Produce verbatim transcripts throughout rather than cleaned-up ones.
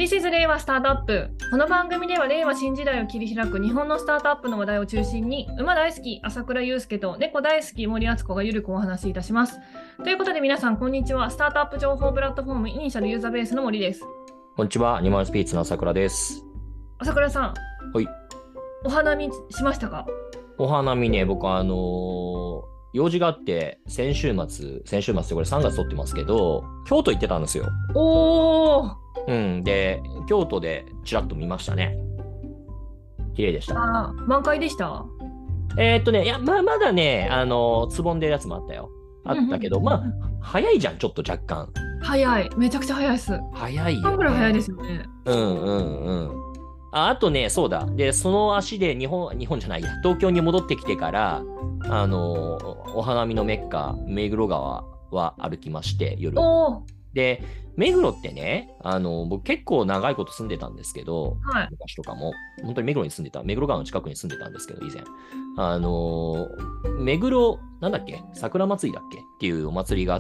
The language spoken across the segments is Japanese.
This is 令和スタートアップ。この番組では令和新時代を切り開く日本のスタートアップの話題を中心に、馬大好き朝倉祐介と猫大好き森敦子がゆるくお話しいたします。ということで皆さんこんにちは。スタートアップ情報プラットフォームイニシャルユーザーベースの森です。 こんにちは。アニマルスピーツの朝倉です。 朝倉さん、 はい。 お花見しましたか？ お花見ね、僕はあのー、用事があって先週末、先週末ってこれさんがつ撮ってますけど、京都行ってたんですよ。 おー。 うん。で、京都でちらっと見ましたね。綺麗でした。 あ、満開でした？ えー、っとね、いや、まあ、まだね、あのー、つぼんでるやつもあったよ。あったけど、まあ、早いじゃん、ちょっと若干。 早い。めちゃくちゃ早いです。 早いよ、ね。 半ぐらい早いですよね。 うんうんうん。あ, あとね、そうだ。で、その足で日本、日本じゃないや、東京に戻ってきてから、あのー、お花見のメッカ、目黒川は歩きまして、夜。で、目黒ってね、あのー、僕結構長いこと住んでたんですけど、 はい、 昔とかも、本当に目黒に住んでた、目黒川の近くに住んでたんですけど、以前。あのー、目黒、なんだっけ、桜祭りだっけっていうお祭りがあって、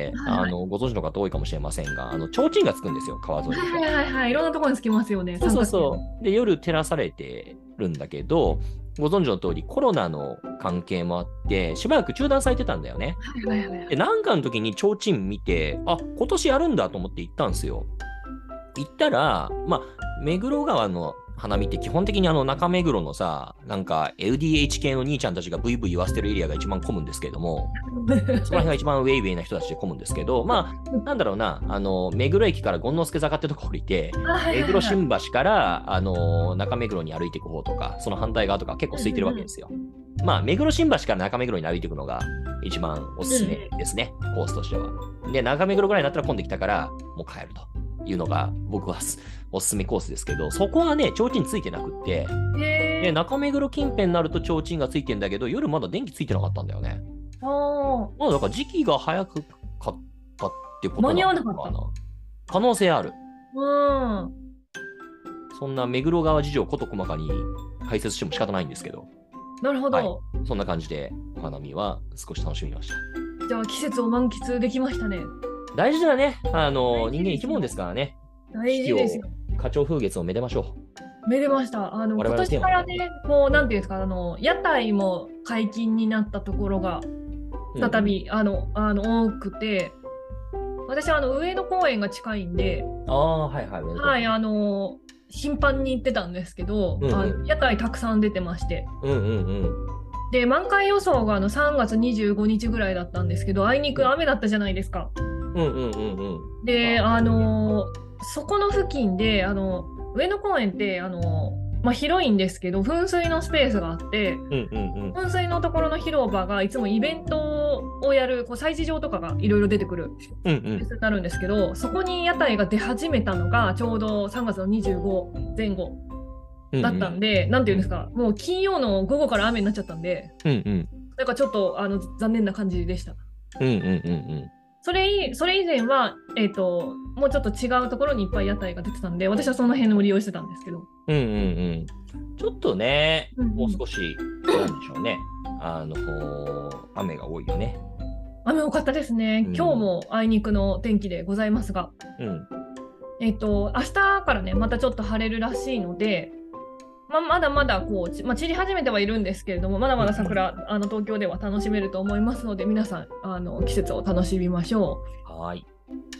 はいはい、あのご存知の方多いかもしれませんが、あの提灯がつくんですよ、川沿いに。 はいはいはいはい、いろんなところにつきますよね。 そうそうそう。で、夜照らされてるんだけど、ご存知の通りコロナの関係もあって、しばらく中断されてたんだよね。 はいはいはい、 で、なんかの時に提灯見て、あ、今年やるんだと思って行ったんですよ。行ったら、まあ、目黒川の花見って基本的にあの中目黒のさ、なんか エルディーエイチ 系の兄ちゃんたちがブイブイ言わせてるエリアが一番混むんですけども、その辺が一番ウェイウェイな人たちで混むんですけど、まあ、なんだろうな、あの、目黒駅から権之助坂ってとこ降りて、目黒新橋から、あの、中目黒に歩いていく方とか、その反対側とか結構空いてるわけですよ。まあ、目黒新橋から中目黒に歩いていくのが一番おすすめですね、コースとしては。で、中目黒ぐらいになったら混んできたから、もう帰ると。いうのが僕はおすすめコースですけど、そこはね、提灯ついてなくって、で中目黒近辺になると提灯がついてんだけど、夜まだ電気ついてなかったんだよね。ああ。だから時期が早くかったってことなのかな。間に合わなかった。可能性ある。 うん。 そんな目黒川事情こと細かに解説しても仕方ないんですけど。 なるほど。 はい、そんな感じでお花見は少し楽しみました。 じゃあ季節を満喫できましたね。 大事だね。あの、人間生き物ですからね。 大事ですよ。 花鳥風月をめでましょう。めでました。あの、今年からね、こう、なんていうんですか、あの、屋台も解禁になったところが、再び、うん、あの、あの、多くて、私はあの、上野公園が近いんで、 ああ、はいはい。 はい、あの、頻繁に行ってたんですけど、うんうん、あの屋台たくさん出てまして。 うんうんうん。 で、満開予想があのさんがつにじゅうごにちぐらいだったんですけど、あいにく雨だったじゃないですか。 うんうんうんうん、 で、あのー、そこの付近で、あの上野公園って、あのーまあ、広いんですけど、噴水のスペースがあって、うんうんうん、噴水のところの広場がいつもイベントをやるこう催事場とかがいろいろ出てくるスペースになるんですけど、うんうん、そこに屋台が出始めたのがちょうどさんがつのにじゅうごぜん後だったんで、うんうん、なんていうんですか、もう金曜の午後から雨になっちゃったんで、うんうん、なんかちょっとあの残念な感じでした。 うんうんうんうんそれ、それ以前は、えーと、もうちょっと違うところにいっぱい屋台が出てたんで、私はその辺を利用してたんですけど。 うんうんうん。ちょっとね、うんうん、もう少し、なんでしょうね。あの、雨が多いよね。 雨多かったですね。うん、今日もあいにくの天気でございますが。うん、えっと、明日からね、またちょっと晴れるらしいので、まあ、まだまだこう、まあ、散り始めてはいるんですけれども、まだまだ桜、うん、あの東京では楽しめると思いますので、皆さんあの季節を楽しみましょう。はい。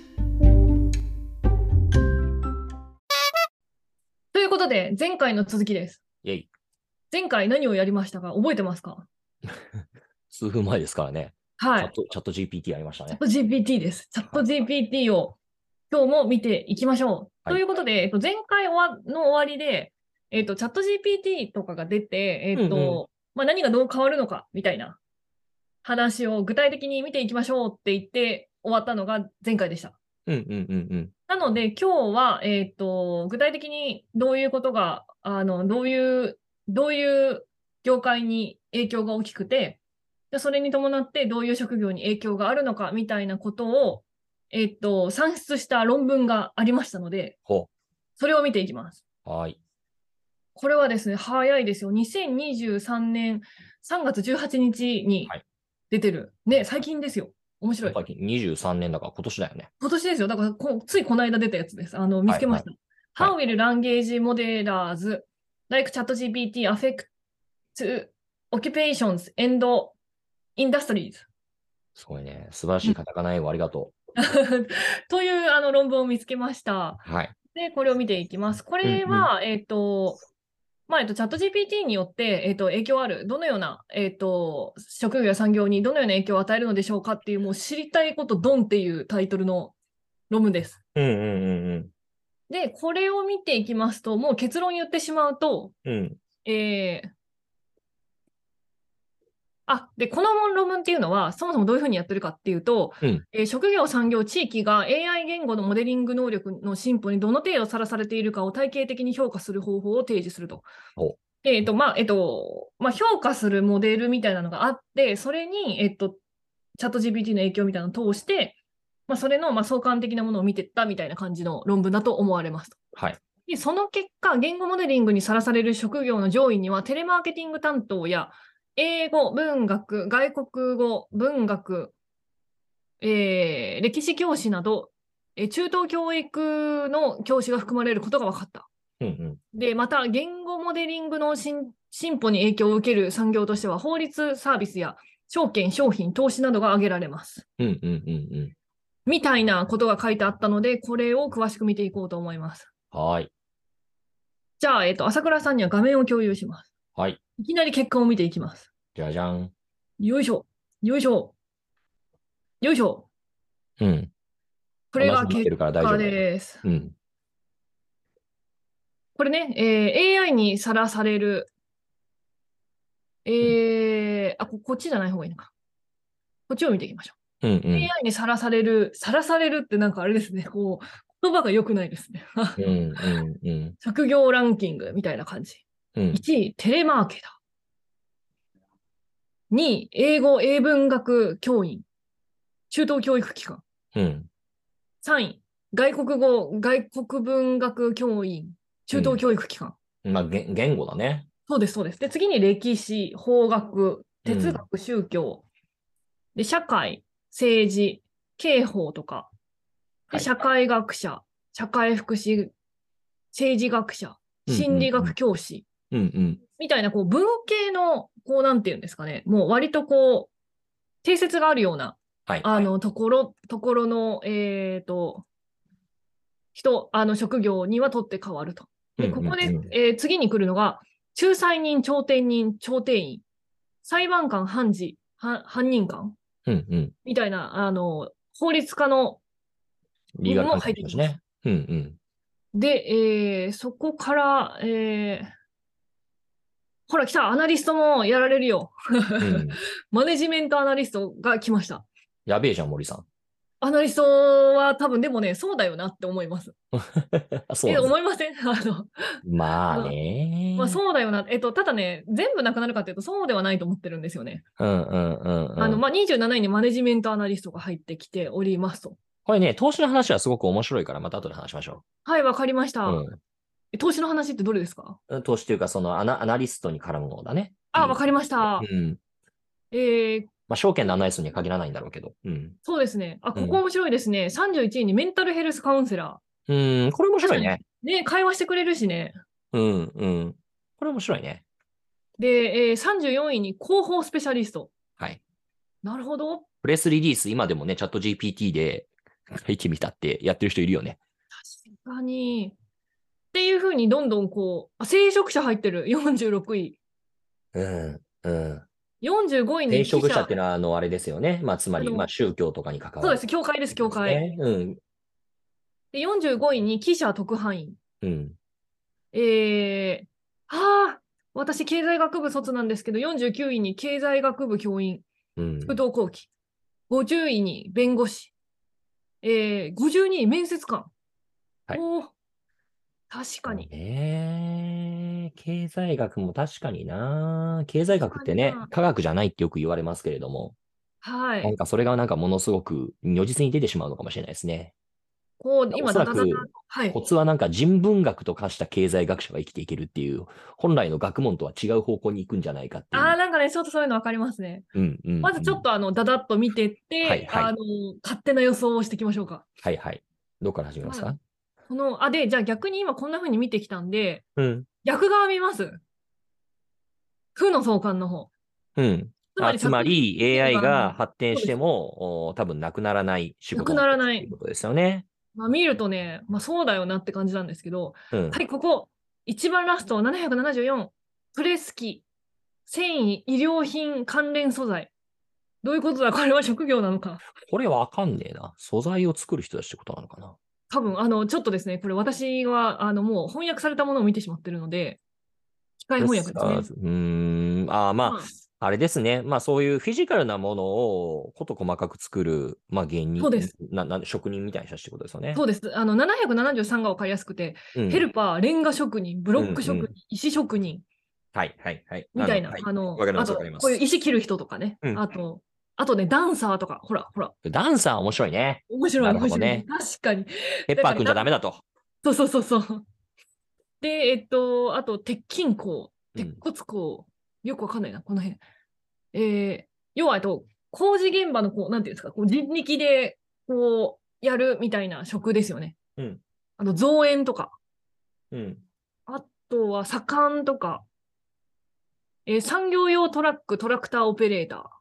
ということで、前回の続きです。 イェイ。 前回何をやりましたか？覚えてますか？ 数分前ですからね。 はい。 チャット、チャット ジーピーティー ありましたね。 チャット ジーピーティー です。チャット ジーピーティー を今日も見ていきましょう。はい、ということで、えっと、前回の終わりで、えっと、チャット ジーピーティー とかが出て、えっと、うんうん、まあ、何がどう変わるのかみたいな話を具体的に見ていきましょうって言って終わったのが前回でした。 うんうんうんうん、 なので、今日は、えっと、具体的にどういうことが、あの、どういう、どういう業界に影響が大きくて、でそれに伴ってどういう職業に影響があるのかみたいなことを、えっと、算出した論文がありましたので、それを見ていきます。 はい。 これはですね、早いですよ。にせんにじゅうさんねんさんがつじゅうはちにちに出てる。はい、ね、最近ですよ。面白い。 最近にじゅうさんねんだから今年だよね。 今年ですよ。だからこついこの間出たやつです。あの見つけました。 How will language modelers like ChatGPT affect occupations and industries? すごいね。素晴らしいカタカナ英語ありがとう。というあの論文を見つけました。 はい。 で、これを見ていきます。これは、うんうん、えっ、ー、と、まあ、えっと、チャット ジーピーティー によって、えっと、影響ある、どのような、えっと、職業や産業にどのような影響を与えるのでしょうかっていう、もう知りたいことドンっていうタイトルの論文です。 うんうんうんうん。 で、これを見ていきますと、もう結論言ってしまうと、 うん、 えー、あ、で、この論文っていうのは、そもそもどういうふうにやってるかっていうと、 うん、 えー、職業、産業、地域が エーアイ 言語のモデリング能力の進歩にどの程度さらされているかを体系的に評価する方法を提示すると。えっと、まあ、えっと、まあ、評価するモデルみたいなのがあって、それに、えっと、チャット ジーピーティー の影響みたいなのを通して、まあ、それの、まあ、相関的なものを見ていったみたいな感じの論文だと思われます。 はい。 で、その結果、言語モデリングにさらされる職業の上位には、テレマーケティング担当や、英語、文学、外国語、文学、えー、歴史教師など、えー、中等教育の教師が含まれることが分かった。 うんうん、 で、また、言語モデリングの進歩に影響を受ける産業としては、法律サービスや証券、商品、投資などが挙げられます。 うんうんうんうん、 みたいなことが書いてあったので、これを詳しく見ていこうと思います。 はい。 じゃあ、えっと、朝倉さんには画面を共有します。 はい。 いきなり結果を見ていきます。 じゃじゃん。 よいしょ。よいしょ。よいしょ。 うん。 これが結果です。 うん。 これね、えー、エーアイ にさらされる、えー、あこ、こっちじゃない方がいいのか。こっちを見ていきましょう。うんうん、エーアイ にさらされる、さらされるってなんかあれですね、こう、言葉が良くないですね。 うんうんうん、 職業ランキングみたいな感じ。うん、いちい、テレマーケター。にい、英語、英文学教員。中等教育機関。うん、さんい、外国語、外国文学教員。中等教育機関。 うん、まあ、言語だね。 そうです、そうです。で、次に歴史、法学、哲学、うん、宗教。で、社会、政治、刑法とか。で、社会学者、はい、社会福祉、政治学者、心理学教師。うんうん、みたいな、こう、文系の、こう、なんていうんですかね。もう割とこう、定説があるような、はい、あの、ところ、ところの、えっと、人、あの、職業には取って変わると。で、ここで、うんうんうん、えー、次に来るのが、仲裁人、調停人、調停員、裁判官、判事、犯人官、うんうん、みたいな、あの、法律家のリーガル関係ですね。うんうん、 で、えー、そこから、えー、ほら、来た、アナリストもやられるよ。うん、マネジメントアナリストが来ました。 やべえじゃん、森さん。 アナリストは多分でもね、そうだよなって思います。そうえ思いませんあのまあね、 まあ、そうだよな。えっと、ただね、全部なくなるかというと、そうではないと思ってるんですよね。 うんうんうん、うん、 あの、まあ、にじゅうなないにマネジメントアナリストが入ってきておりますと。 これね、投資の話はすごく面白いから、また後で話しましょう。はい、わかりました。うん、投資の話ってどれですか？ 投資というか、そのアナ、アナリストに絡むものだね。 あ、わかりました。うん。えー、 まあ、証券のアナリストには限らないんだろうけど。うん。 そうですね。あ、ここ面白いですね。うん、さんじゅういちいにメンタルヘルスカウンセラー。うん、これ面白いね。 ね、会話してくれるしね。 うん、うん。これ面白いね。 で、えー、さんじゅうよんいに広報スペシャリスト。 はい。 なるほど。 プレスリリース、今でもね、チャット ジーピーティー で書いてみたってやってる人いるよね。 確かに。っていうふうにどんどんこう、あ、聖職者入ってる。よんじゅうろくい。 うん、うん。 よんじゅうごいに聖職者っていうのは、あの、あれですよね。まあ、つまり、まあ、宗教とかに関わる、 そうです。教会です、教会。うん。で、よんじゅうごいに記者特派員。うん。えー、はあ、私、経済学部卒なんですけど、よんじゅうきゅういに経済学部教員。うん。中等後期。ごじゅういに弁護士。えー、ごじゅうにい面接官。はい。お確かに。 えー、経済学も確かにな。経済学ってね、科学じゃないってよく言われますけれども。はい。なんかそれがなんかものすごく如実に出てしまうのかもしれないですね。こう、今、おそらく、はい、コツはなんか人文学と化した経済学者が生きていけるっていう、本来の学問とは違う方向に行くんじゃないかっていう。 ああ、なんかね、ちょっとそういうの分かりますね。うんうん、うん、まずちょっとあの、だだっと見てって、はいはい、あの、勝手な予想をしていきましょうか。 はいはい。どこから始めますか？ この、あ、で、じゃあ逆に今こんな風に見てきたんで、 うん。 逆側見ます。負の相関の方。 うん。あ、 つまりつまり作品見てエーアイる側の。 が発展してそうです。 も、お多分なくならない仕なく事の一つならない。 っていうことですよね。 まあ見るとね、まあそうだよなって感じなんですけど、 うん。 はい、ここ、一番ラスト、ななひゃくななじゅうよん、プレス機、繊維、医療品関連素材。どういうことだこれは職業なのか。 これわかんねえな。素材を作る人たちってことなのかな。 多分、あの、ちょっとですね、これ私は、あの、もう翻訳されたものを見てしまってるので、機械翻訳ですね。 あうーん。あまあ、 まあ、 あれですね。まあそういうフィジカルなものをこと細かく作る、まあ芸人、 そうです。 な、な、職人みたいな人たちってことですよね。 そうです。あの、ななひゃくななじゅうさんが分かりやすくて、 うん。 ヘルパー、レンガ職人、ブうロック職人、 んうん。 石職人、 はい、はい、はい。あの、 みたいな、 はい。 あの、 わかります、わかあと、 ります。 こういう石切る人とかね、 うん。 あと、あとね、ダンサーとか、ほら、ほら、 ダンサー面白いね。 面白い、 なるほ面白い。 どね。 確かに。 ペッパーくんじゃだからな、 ダメだと。 そうそうそうそう。で、えっと、あと、鉄筋工、鉄うん。 骨工、よくわかんないな、この辺。えー、要は、えっと、工事現場の、こう、なんていうんですか、こう人力で、こう、やるみたいな職ですよね。 うん。 あの、造園とか、 うん。 あとは、左官とか、えー産業用トラック、トラクターオペレーター。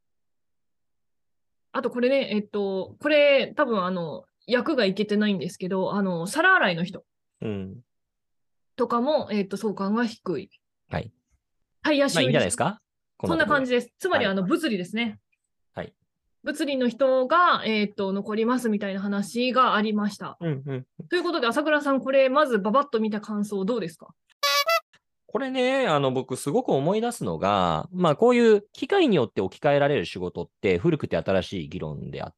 あと、これね、えっと、これ、多分、あの、役がいけてないんですけど、あの、皿洗いの人うん。 とかも、えっと、相関が低い。 はい。 タイヤまあいいん修理師。 じゃないですかこんそんなところで。 な感じです。つまり、 はい。 あの、物理ですね。 はい。 物理の人が、えっと、残りますみたいな話がありました。 うんうん。 ということで、朝倉さん、これ、まず、ばばっと見た感想、どうですか？ これね、あの、僕すごく思い出すのが、まあこういう機械によって置き換えられる仕事って古くて新しい議論であって、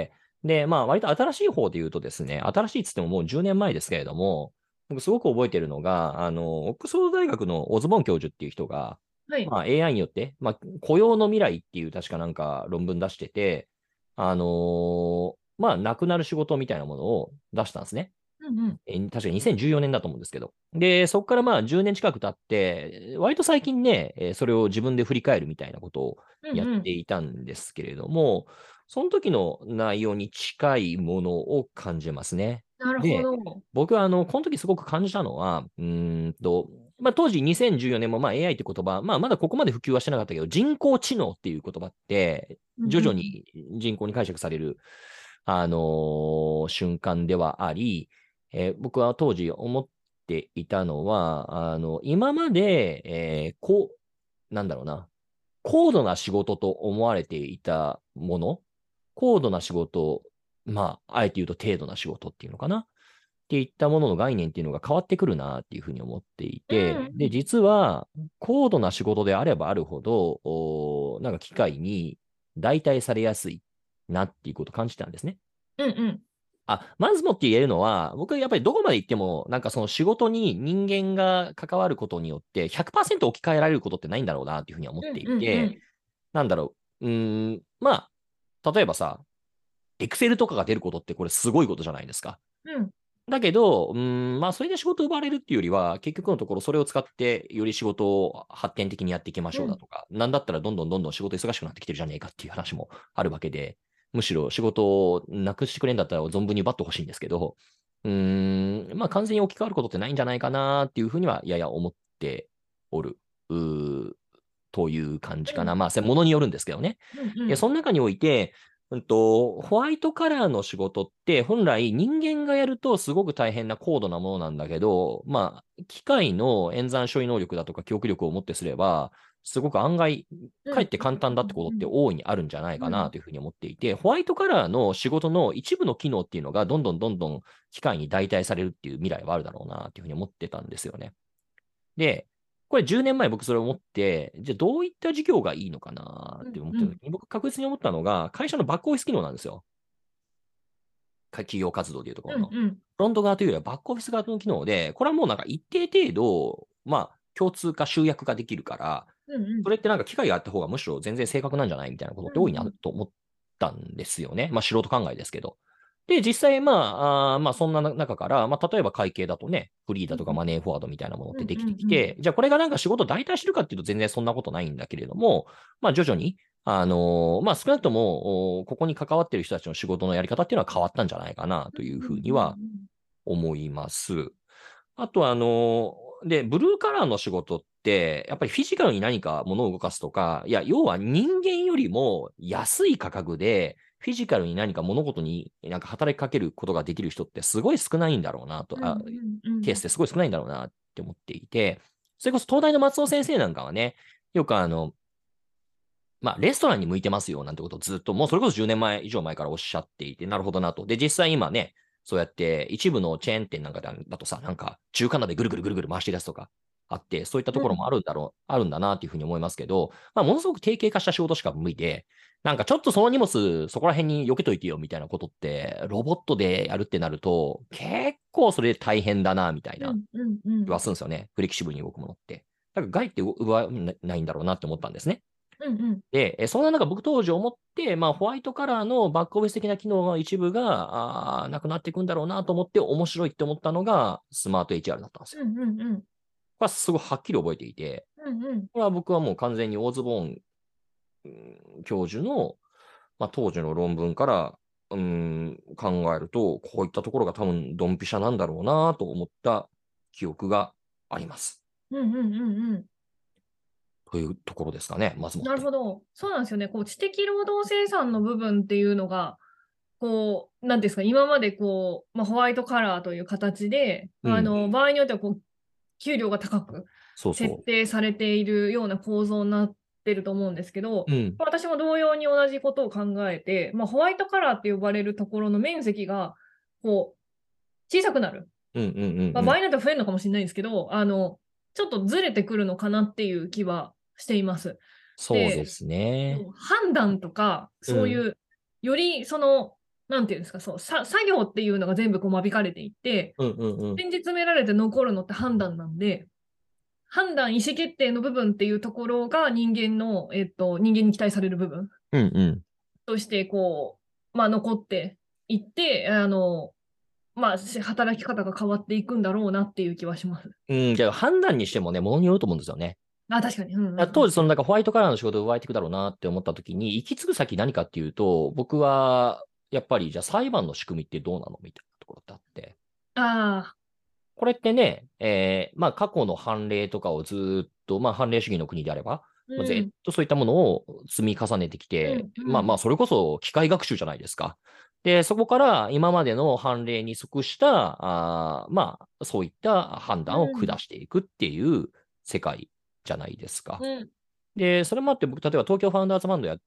で、まあ割と新しい方で言うとですね、新しいっつってももうじゅうねんまえですけれども、僕すごく覚えてるのが、あの、オックスフォード大学のオズボン教授っていう人が、 はい。 まあ エーアイ によって、まあ雇用の未来っていう確かなんか論文出してて、あのーまあなくなる仕事みたいなものを出したんですね。 うんうん。 えー確かににせんじゅうよねんだと思うんですけど。で、そこからまあじゅうねん近く経って、割と最近ね、えーそれを自分で振り返るみたいなことをやっうんうん。 ていたんですけれども、その時の内容に近いものを感じますね。 なるほで、 ど。 僕はあの、この時すごく感じたのは、うーんと、まあ、当時にせんじゅうよねんもまあ エーアイ って言葉、まあ、まだここまで普及はしてなかったけど、人工知能っていう言葉って、 うんうん。 徐々に人工に解釈される、あのー瞬間ではあり、えー僕は当時思っていたのは、あの、今まで、えーこう、なんだろうな、高度な仕事と思われていたもの、高度な仕事、まあ、あえて言うと程度な仕事っていうのかなっていったものの概念っていうのが変わってくるなっていうふうに思っていて、で、 うんうん。 実は、高度な仕事であればあるほど、おなんか機械に代替されやすいなっていうことを感じたんですね。 うんうん。 あ、まずもって言えるのは、僕はやっぱりどこまで行っても、なんかその仕事に人間が関わることによってひゃくパーセント置き換えられることってないんだろうなっていうふうには思ってうんいて、 うんうん。 なんだろう、うーん、まあ、例えばさ、エクセルとかが出ることってこれすごいことじゃないですか。 うん。 だけど、うん、まあ、それで仕事奪われるっていうよりは、結局のところそれを使ってより仕事を発展的にやっていきましうん。 ょうだとか、なんだったらどんどんどんどん仕事忙しくなってきてるじゃねえかっていう話もあるわけで、むしろ仕事をなくしてくれんだったら存分に奪ってほしいんですけど、うーん、まあ、完全に置き換わることってないんじゃないかなっていうふうにはやや思っておる。うーという感じかな。 うん。 まあ、それものによるんですけどね。で、 うんうん。 その中において、うんと、ホワイトカラーの仕事って本来人間がやるとすごく大変な高度なものなんだけど、まあ、機械の演算処理能力だとか記憶力をもってすれば、すごく案外、 うんかえって簡単だってことって大いにあるんじゃないかうん。 なというふうに思っていて、ホワイトカラーの仕事の一部の機能っていうのがどんどんどんどん機械に代替されるっていう未来はあるだろうなというふうに思ってたんですよね。で、これじゅうねんまえ僕それを思って、じゃあどういった事業がいいのかなって思っうん。 た時に、僕確実に思ったのが、会社のバックオフィス機能なんですよ。企業活動でいうところの。 うんうん。 フロント側というよりはバックオフィス側の機能で、これはもうなんか一定程度、まあ、共通化、集約化できるから、 うんうん。 それってなんか機械があった方がむしろ全然正確なんじゃないみたいなことって多いなと思ったんですよね。まあ素人考えですけど。で、実際、まあ、あまあそんな中から、まあ例えば会計だとね、フリーだとかマネーフォワードみたいなものってできてきて、じゃあこれがなんか仕事代替してるかっていうと全然そんなことないんだけれども、まあ徐々に、あのーまあ少なくとも、ここに関わってる人たちの仕事のやり方っていうのは変わったんじゃないかなというふうには思います。あと、あの、で、ブルーカラーの仕事って、やっぱりフィジカルに何か物を動かすとか、いや、要は人間よりも安い価格で、フィジカルに何か物事になんか働きかけることができる人ってすごい少ないんだろうなと、あ、ケースってすごい少ないんだろうなって思っていて、それこそ東大の松尾先生なんかはね、よくあの、まあ、レストランに向いてますよなんてことをずっと、もうそれこそじゅうねんまえ以上前からおっしゃっていて、なるほどなと。で、実際今ね、そうやって一部のチェーン店なんかだとさ、なんか中華鍋ぐるぐるぐるぐる回して出すとかあって、そういったところもあるんだろう、あるんだなっていうふうに思いますけど、まあ、ものすごく定型化した仕事しか向いて、なんかちょっとその荷物そこら辺に避けといてよみたいなことって、ロボットでやるってなると、結構それで大変だな、みたいな気はするんですよね。フレキシブルに動くものって。だから外って奪わないんだろうなって思ったんですね。 うんうん、 で、そんな中、僕当時思って、まあ、ホワイトカラーのバックオフィス的な機能の一部が、あなくなっていくんだろうなと思って、面白いって思ったのが、スマート エイチアール だったんですよ。 うんうんうん、これはすごいはっきり覚えていて、 うんうん、 これは僕はもう完全にオーズボーン教授の、まあ、当時の論文から、うん、考えると、こういったところが多分ドンピシャなんだろうなと思った記憶があります。 うんうんうんうん。 というところですかね、まずもって。 なるほど。そうなんですよね。こう知的労働生産の部分っていうのが、こう、なんですか、今までこう、まあ、ホワイトカラーという形で、うん、あの場合によってはこう給料が高く設定されているような構造になってると思うんですけど、うん、私も同様に同じことを考えて、まあ、ホワイトカラーって呼ばれるところの面積がこう小さくなる。場合によっては増えるのかもしれないんですけど、あのちょっとずれてくるのかなっていう気はしています。 そうですね。 判断とか、そういう、うん、よりその、なんていうんですか、そうさ作業っていうのが全部こう間引かれていって、 うんうんうん、 現実詰められて残るのって判断なんで、判断、意思決定の部分っていうところが人間の、えっと、人間に期待される部分、 うんうん、 としてこう、まあ、残っていって、あの、まあ、働き方が変わっていくんだろうなっていう気はします。 うん、じゃあ判断にしてもね、ものによると思うんですよね。 あ、確かに。うんうんうん、 当時、そのなんかホワイトカラーの仕事を奪われていくだろうなって思ったときに、行き継ぐ先何かっていうと、僕は、やっぱり、じゃあ裁判の仕組みってどうなのみたいなところってあって。 ああ。 これってね、えー、まあ過去の判例とかをずっと、まあ判例主義の国であれば、うん、ずっとそういったものを積み重ねてきて、うんうん、まあまあそれこそ機械学習じゃないですか。で、そこから今までの判例に即した、あまあそういった判断を下していくっていう世界じゃないですか。うん、で、それもあって僕、例えば東京ファウンダーズファンドやって、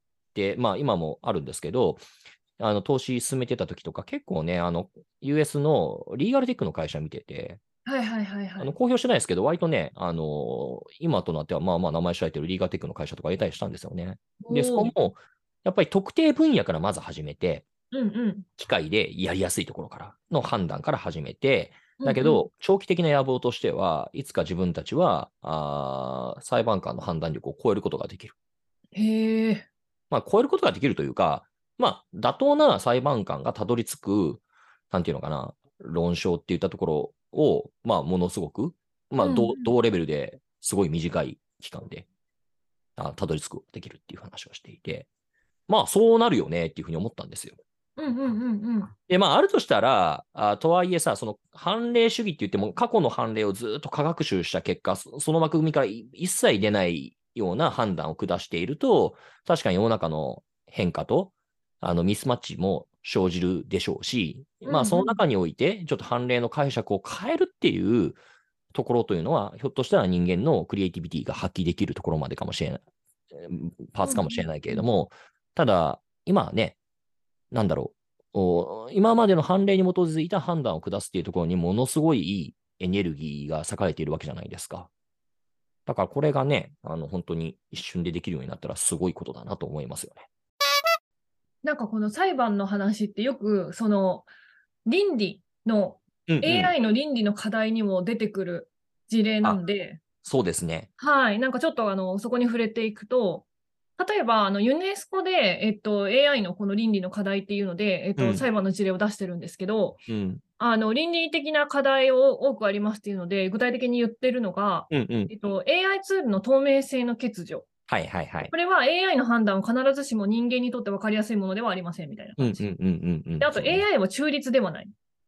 まあ今もあるんですけど、あの、投資進めてた時とか、結構ね、あの、ユーエス のリーガルテックの会社見てて、 はいはいはいはい。 あの、公表してないですけど、割とね、あの、今となっては、まあまあ名前知られてるリーガルテックの会社とか入れたりしたんですよね。で、そこも、やっぱり特定分野からまず始めて、 うんうん、 機械でやりやすいところからの判断から始めて、だけど、うんうん、長期的な野望としては、いつか自分たちは、あ裁判官の判断力を超えることができる。 へえ。 まあ、超えることができるというか、まあ、妥当な裁判官がたどり着く、なんていうのかな、論証っていったところを、まあ、ものすごく、まあ、同、うんうん、同レベルですごい短い期間で、あたどり着くことができるっていう話をしていて、まあ、そうなるよねっていうふうに思ったんですよ。 うんうんうんうん。 で、まあ、あるとしたら、あとはいえさ、その判例主義って言っても、過去の判例をずっと科学習した結果、その枠組みから一切出ないような判断を下していると、確かに世の中の変化と、あの、ミスマッチも生じるでしょうし、うんうん、まあ、その中において、ちょっと判例の解釈を変えるっていうところというのは、ひょっとしたら人間のクリエイティビティが発揮できるところまでかもしれない、パーツかもしれないけれども、うんうん、ただ、今はね、なんだろう、今までの判例に基づいた判断を下すっていうところにものすごいいいエネルギーが割かれているわけじゃないですか。だからこれがね、あの本当に一瞬でできるようになったらすごいことだなと思いますよね。 なんかこの裁判の話ってよくその倫理の、うんうん、エーアイ の倫理の課題にも出てくる事例なんで、 そうですね。 はい、なんかちょっとあのそこに触れていくと、例えばあのユネスコで、えっと、エーアイ のこの倫理の課題っていうので、えっと、うん、裁判の事例を出してるんですけど、うん、あの倫理的な課題を多くありますっていうので、具体的に言ってるのが、うんうん、えっと、エーアイ ツールの透明性の欠如。 はいはいはい。 これは エーアイ の判断を必ずしも人間にとって分かりやすいものではありませんみたいな感じ。で、あと エーアイ は中立ではない。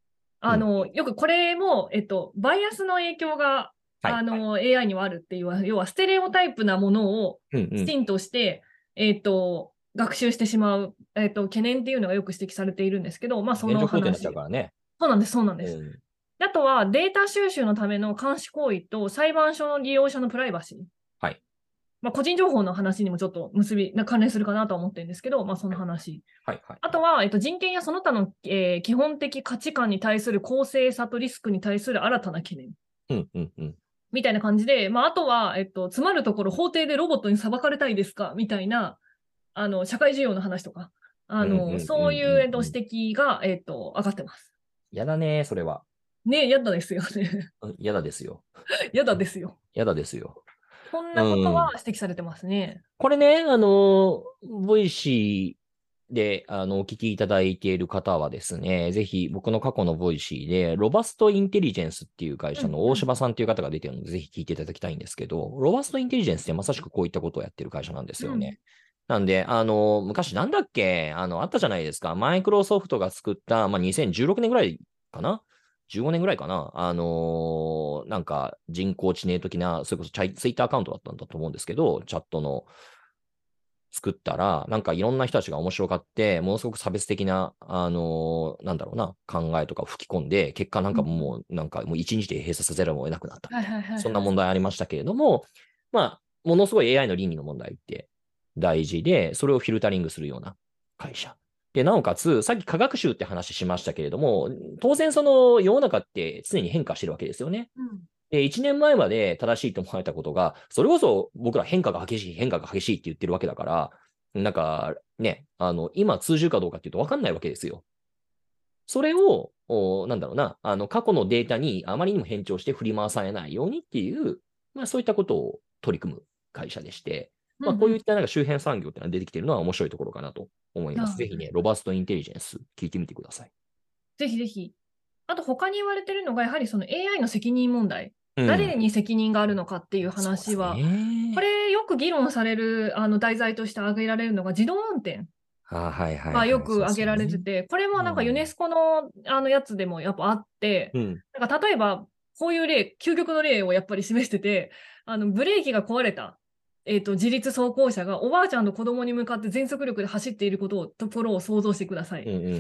あの、うん、よくこれも、えっと、バイアスの影響が、はい、あの、エーアイ にはあるっていう、要はステレオタイプなものをきちんとして、うんうん、えっと、学習してしまう、えっと、懸念っていうのがよく指摘されているんですけど、まあ、その話。 現状肯定になっちゃうからね。 そうなんです、そうなんです。うん、あとは、データ収集のための監視行為と裁判所の利用者のプライバシー。 はい。 まあ、個人情報の話にもちょっと結び、関連するかなと思ってるんですけど、まあ、その話。 はいはいはい、 あとは、えっと、人権やその他の、えー、基本的価値観に対する公正さとリスクに対する新たな懸念。 うんうんうん。みたいな感じで、まあ、あとは、えっと、詰まるところ、法廷でロボットに裁かれたいですかみたいな、あの、社会需要の話とか、あの、そういう、えっと、指摘が、えっと、上がってます。 やだね、それは。 ねえ、やだですよね。 やだですよ。 やだですよ。 やだですよ。 こんなことは指摘されてますね。 うん、これね、あの、ボイシーで、あの、お聞きいただいている方はですね、ぜひ僕の過去のボイシーで、ロバストインテリジェンスっていう会社の大柴さんっていう方が出てるので、ぜひ聞いていただきたいんですけど、ロバストインテリジェンスってまさしくこういったことをやってる会社なんですよね。うん、なんで、あの、昔なんだっけ、あの、あったじゃないですか。マイクロソフトが作った、まあ、にせんじゅうろくねんぐらいかなじゅうごねんぐらいかなあのー、なんか人工知能的な、それこそツイッターアカウントだったんだと思うんですけど、チャットの作ったら、なんかいろんな人たちが面白がって、ものすごく差別的な、あのー、なんだろうな、考えとか吹き込んで、結果なんかもう、なんかもう一日で閉鎖させるを得なくなったみたいな、そんな問題ありましたけれども、まあ、ものすごい エーアイ の倫理の問題って大事で、それをフィルタリングするような会社。で、なおかつ、さっき科学習って話しましたけれども、当然その世の中って常に変化してるわけですよね。うん、で、いちねんまえまで正しいと思われたことが、それこそ僕ら変化が激しい、変化が激しいって言ってるわけだから、なんかね、あの、今通じるかどうかっていうと分かんないわけですよ。それを、なんだろうな、あの、過去のデータにあまりにも変調して振り回されないようにっていう、まあそういったことを取り組む会社でして、まあこういったなんか周辺産業っていうのが出てきてるのは面白いところかなと思います。ぜひね、ロバストインテリジェンス聞いてみてください。 ぜひぜひ。あと他に言われてるのが、やはりその エーアイ の責任問題。うん、誰に責任があるのかっていう話は、これよく議論されるあの題材として挙げられるのが自動運転。がよく挙げられてて、これもなんかユネスコのあのやつでもやっぱあって、うん、なんか例えばこういう例、究極の例をやっぱり示してて、あのブレーキが壊れた。えーと、自立走行車がおばあちゃんの子供に向かって全速力で走っていることをところを想像してください。うんうんうんうん、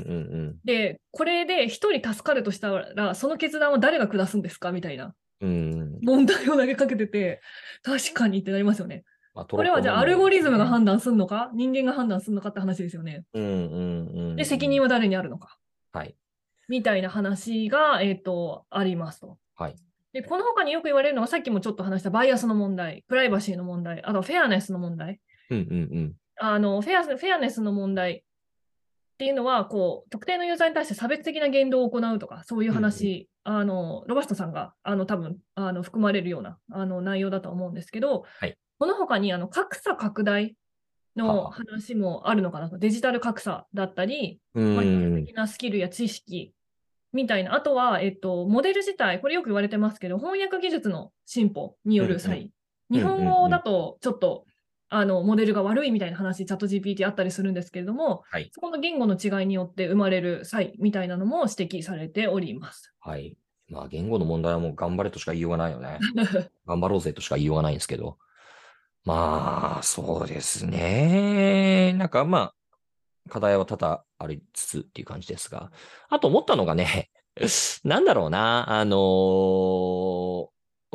で、これで一人助かるとしたら、その決断は誰が下すんですかみたいな問題を投げかけてて、確かにってなりますよね。まあ、これはじゃあアルゴリズムが判断するのか、人間が判断するのかって話ですよね。うんうんうんうん、で、責任は誰にあるのか。はい。みたいな話が、えーと、ありますと。はい。で、この他によく言われるのが、さっきもちょっと話したバイアスの問題、プライバシーの問題、あとフェアネスの問題。うんうんうん、あのフェア、フェアネスの問題っていうのは、こう、特定のユーザーに対して差別的な言動を行うとか、そういう話、うんうん、あの、ロバストさんが、あの、多分、あの、含まれるような、あの、内容だと思うんですけど、はい、この他に、あの、格差拡大の話もあるのかなと。デジタル格差だったり、まあ、的なスキルや知識みたいな。あとは、えっと、モデル自体、これよく言われてますけど、翻訳技術の進歩による差異。うんうん、日本語だと、ちょっと、あの、モデルが悪いみたいな話、チャット ジーピーティー あったりするんですけれども、はい、そこの言語の違いによって生まれる差異みたいなのも指摘されております。 はい。まあ、言語の問題はもう頑張れとしか言いようがないよね。頑張ろうぜとしか言いようがないんですけど。まあ、そうですね。なんかまあ、課題は多々ありつつっていう感じですが。あと思ったのがね、なんだろうな、あのー、うん、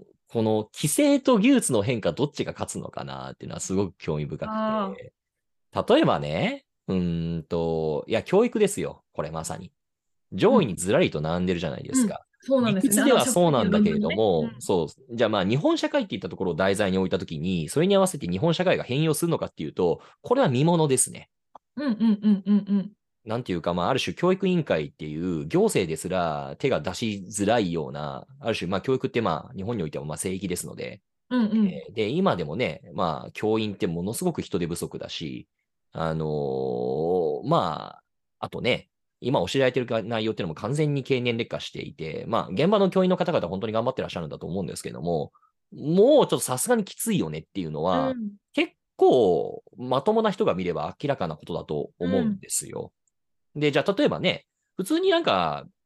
この規制と技術の変化どっちが勝つのかなっていうのはすごく興味深くて。例えばね、うんと、いや、教育ですよ。これまさに。上位にずらりと並んでるじゃないですか。うんうん、そうなんですね。理屈ではそうなんだけれども、ねうん、そう。じゃあまあ日本社会っていったところを題材に置いたときに、それに合わせて日本社会が変容するのかっていうと、これは見ものですね。うんうんうんうんうん。なんていうか、まあある種教育委員会っていう行政ですら手が出しづらいような、ある種まあ教育ってまあ日本においてはまあ聖域ですので、うんうんえー、で、今でもね、まあ教員ってものすごく人手不足だし、あのー、まあ、あとね、今教えられている内容っていうのも完全に経年劣化していて、まあ、現場の教員の方々本当に頑張ってらっしゃるんだと思うんですけども、もうちょっとさすがにきついよねっていうのは、うん、結構まともな人が見れば明らかなことだと思うんですよ。うん、で、じゃあ例えばね、普通になんか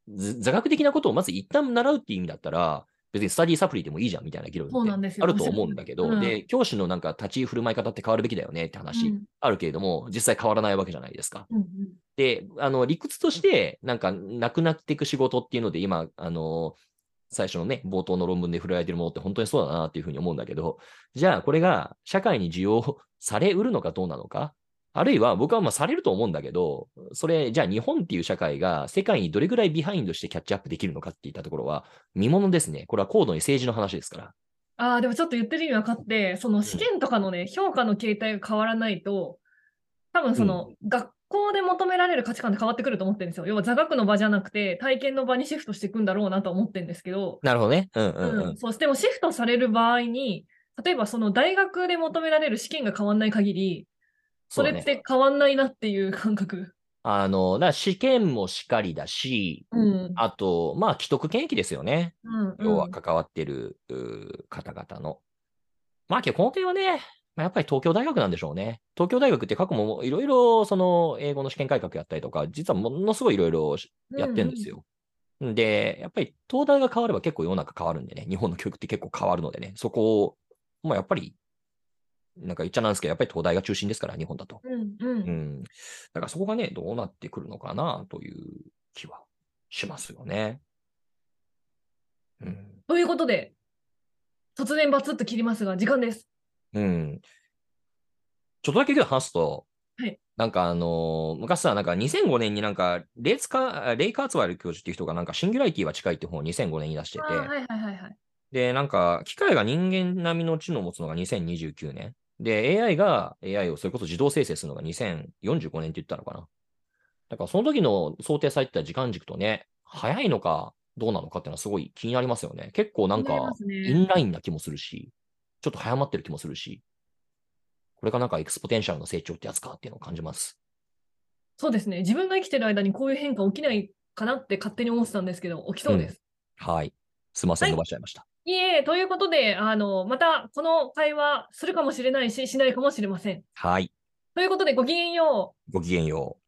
座学的なことをまず一旦習うっていう意味だったら、別にスタディサプリでもいいじゃんみたいな議論ってあると思うんだけど、うん、で、教師のなんか立ち振る舞い方って変わるべきだよねって話あるけれども、うん、実際変わらないわけじゃないですか。うんうん、で、あの、理屈として、なんか、なくなっていく仕事っていうので、今、あの、最初のね、冒頭の論文で触れられてるものって本当にそうだなっていうふうに思うんだけど、じゃあこれが社会に需要されうるのかどうなのか、あるいは僕はまあされると思うんだけど、それ、じゃあ日本っていう社会が世界にどれぐらいビハインドしてキャッチアップできるのかっていったところは見ものですね。これは高度に政治の話ですから。 ああ、でもちょっと言ってる意味分かって、その試験とかのね、うん、評価の形態が変わらないと、多分その、うん、学校で求められる価値観って変わってくると思ってるんですよ。要は座学の場じゃなくて、体験の場にシフトしていくんだろうなと思ってるんですけど。 なるほどね。うんうんうん。うん、 そう、でもシフトされる場合に、例えばその大学で求められる試験が変わんない限り、それって変わんないなっていう感覚。 あの、だ試験もしかりだし、うん、あと、まあ、既得権益ですよね。うんうん、要は関わってる方々の。まあ、根底はね、やっぱり東京大学なんでしょうね。東京大学って過去もいろいろ、その、英語の試験改革やったりとか、実はものすごいいろいろやってるんですよ。うんうん、で、やっぱり東大が変われば結構世の中変わるんでね、日本の教育って結構変わるのでね、そこを、まあ、やっぱり、なんか言っちゃなんですけど、やっぱり東大が中心ですから、日本だと。うんうん。うん。だからそこがね、どうなってくるのかな、という気はしますよね。 うん。ということで、突然バツッと切りますが、時間です。 うん。ちょっとだけ話すと、はい、なんかあのー、昔さ、なんかにせんごねんになんか、レイツカ、レイ・カーツワイル教授っていう人がなんかシンギュラリティは近いって本をにせんごねんに出してて、はいはいはいはい、で、なんか、機械が人間並みの知能を持つのがにせんにじゅうきゅうねん。で、エーアイ が エーアイ をそれこそ自動生成するのがにせんよんじゅうごねんって言ったのかな。だからその時の想定されてた時間軸とね、早いのかどうなのかっていうのはすごい気になりますよね。結構なんか、インラインな気もするし、ちょっと早まってる気もするし、これがなんかエクスポテンシャルの成長ってやつかっていうのを感じます。 そうですね。自分が生きてる間にこういう変化起きないかなって勝手に思ってたんですけど、起きそうです。 うん、はい。すいません、伸ばしちゃいました。 いえ、ということで、あの、またこの会話するかもしれないし、しないかもしれません。 はい。 ということで、ごきげんよう。 ごきげんよう。